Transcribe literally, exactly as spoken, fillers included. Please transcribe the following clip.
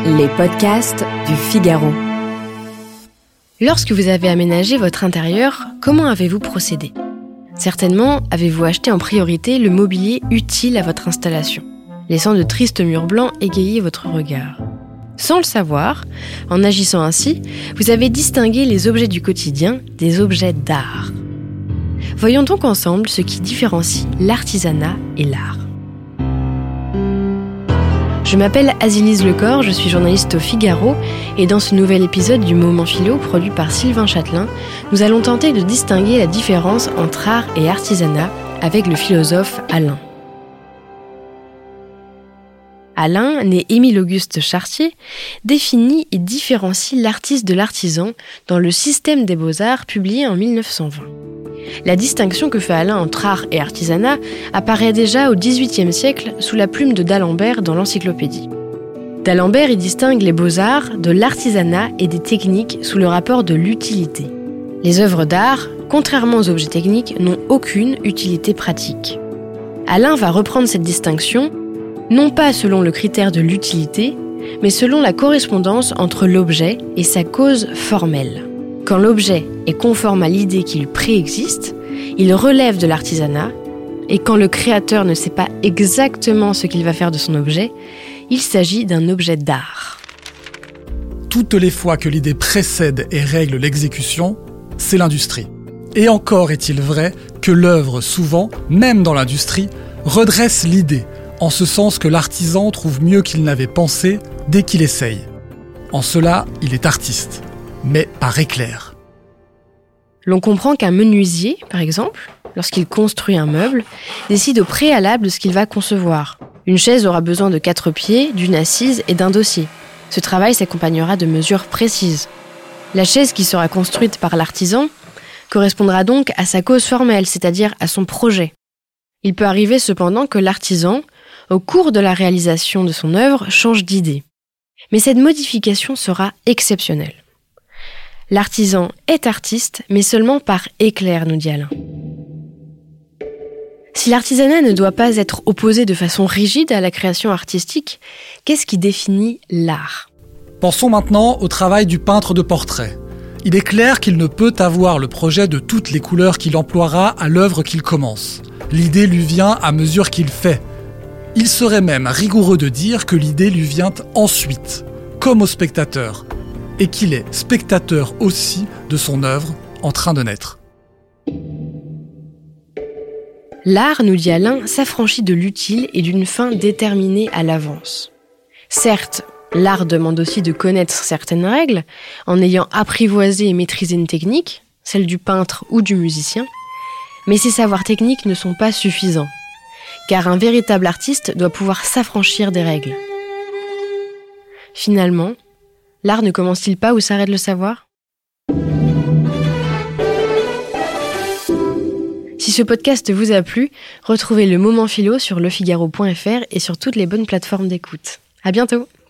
Les podcasts du Figaro. Lorsque vous avez aménagé votre intérieur, comment avez-vous procédé ? Certainement, avez-vous acheté en priorité le mobilier utile à votre installation, laissant de tristes murs blancs égayer votre regard. Sans le savoir, en agissant ainsi, vous avez distingué les objets du quotidien des objets d'art. Voyons donc ensemble ce qui différencie l'artisanat et l'art. Je m'appelle Azilise Lecor, je suis journaliste au Figaro et dans ce nouvel épisode du Moment Philo produit par Sylvain Châtelain, nous allons tenter de distinguer la différence entre art et artisanat avec le philosophe Alain. Alain, né Émile-Auguste Chartier, définit et différencie l'artiste de l'artisan dans le Système des beaux-arts publié en mille neuf cent vingt. La distinction que fait Alain entre art et artisanat apparaît déjà au dix-huitième siècle sous la plume de d'Alembert dans l'Encyclopédie. D'Alembert y distingue les beaux-arts de l'artisanat et des techniques sous le rapport de l'utilité. Les œuvres d'art, contrairement aux objets techniques, n'ont aucune utilité pratique. Alain va reprendre cette distinction, non pas selon le critère de l'utilité, mais selon la correspondance entre l'objet et sa cause formelle. Quand l'objet est conforme à l'idée qui lui préexiste, il relève de l'artisanat, et quand le créateur ne sait pas exactement ce qu'il va faire de son objet, il s'agit d'un objet d'art. Toutes les fois que l'idée précède et règle l'exécution, c'est l'industrie. Et encore est-il vrai que l'œuvre, souvent, même dans l'industrie, redresse l'idée, en ce sens que l'artisan trouve mieux qu'il n'avait pensé dès qu'il essaye. En cela, il est artiste. Mais par éclair. L'on comprend qu'un menuisier, par exemple, lorsqu'il construit un meuble, décide au préalable de ce qu'il va concevoir. Une chaise aura besoin de quatre pieds, d'une assise et d'un dossier. Ce travail s'accompagnera de mesures précises. La chaise qui sera construite par l'artisan correspondra donc à sa cause formelle, c'est-à-dire à son projet. Il peut arriver cependant que l'artisan, au cours de la réalisation de son œuvre, change d'idée. Mais cette modification sera exceptionnelle. L'artisan est artiste, mais seulement par éclair, nous dit Alain. Si l'artisanat ne doit pas être opposé de façon rigide à la création artistique, qu'est-ce qui définit l'art ? Pensons maintenant au travail du peintre de portrait. Il est clair qu'il ne peut avoir le projet de toutes les couleurs qu'il emploiera à l'œuvre qu'il commence. L'idée lui vient à mesure qu'il fait. Il serait même rigoureux de dire que l'idée lui vient ensuite, comme au spectateur, et qu'il est spectateur aussi de son œuvre en train de naître. L'art, nous dit Alain, s'affranchit de l'utile et d'une fin déterminée à l'avance. Certes, l'art demande aussi de connaître certaines règles, en ayant apprivoisé et maîtrisé une technique, celle du peintre ou du musicien, mais ces savoirs techniques ne sont pas suffisants, car un véritable artiste doit pouvoir s'affranchir des règles. Finalement, l'art ne commence-t-il pas où s'arrête le savoir ? Si ce podcast vous a plu, retrouvez le Moment Philo sur lefigaro point f r et sur toutes les bonnes plateformes d'écoute. À bientôt!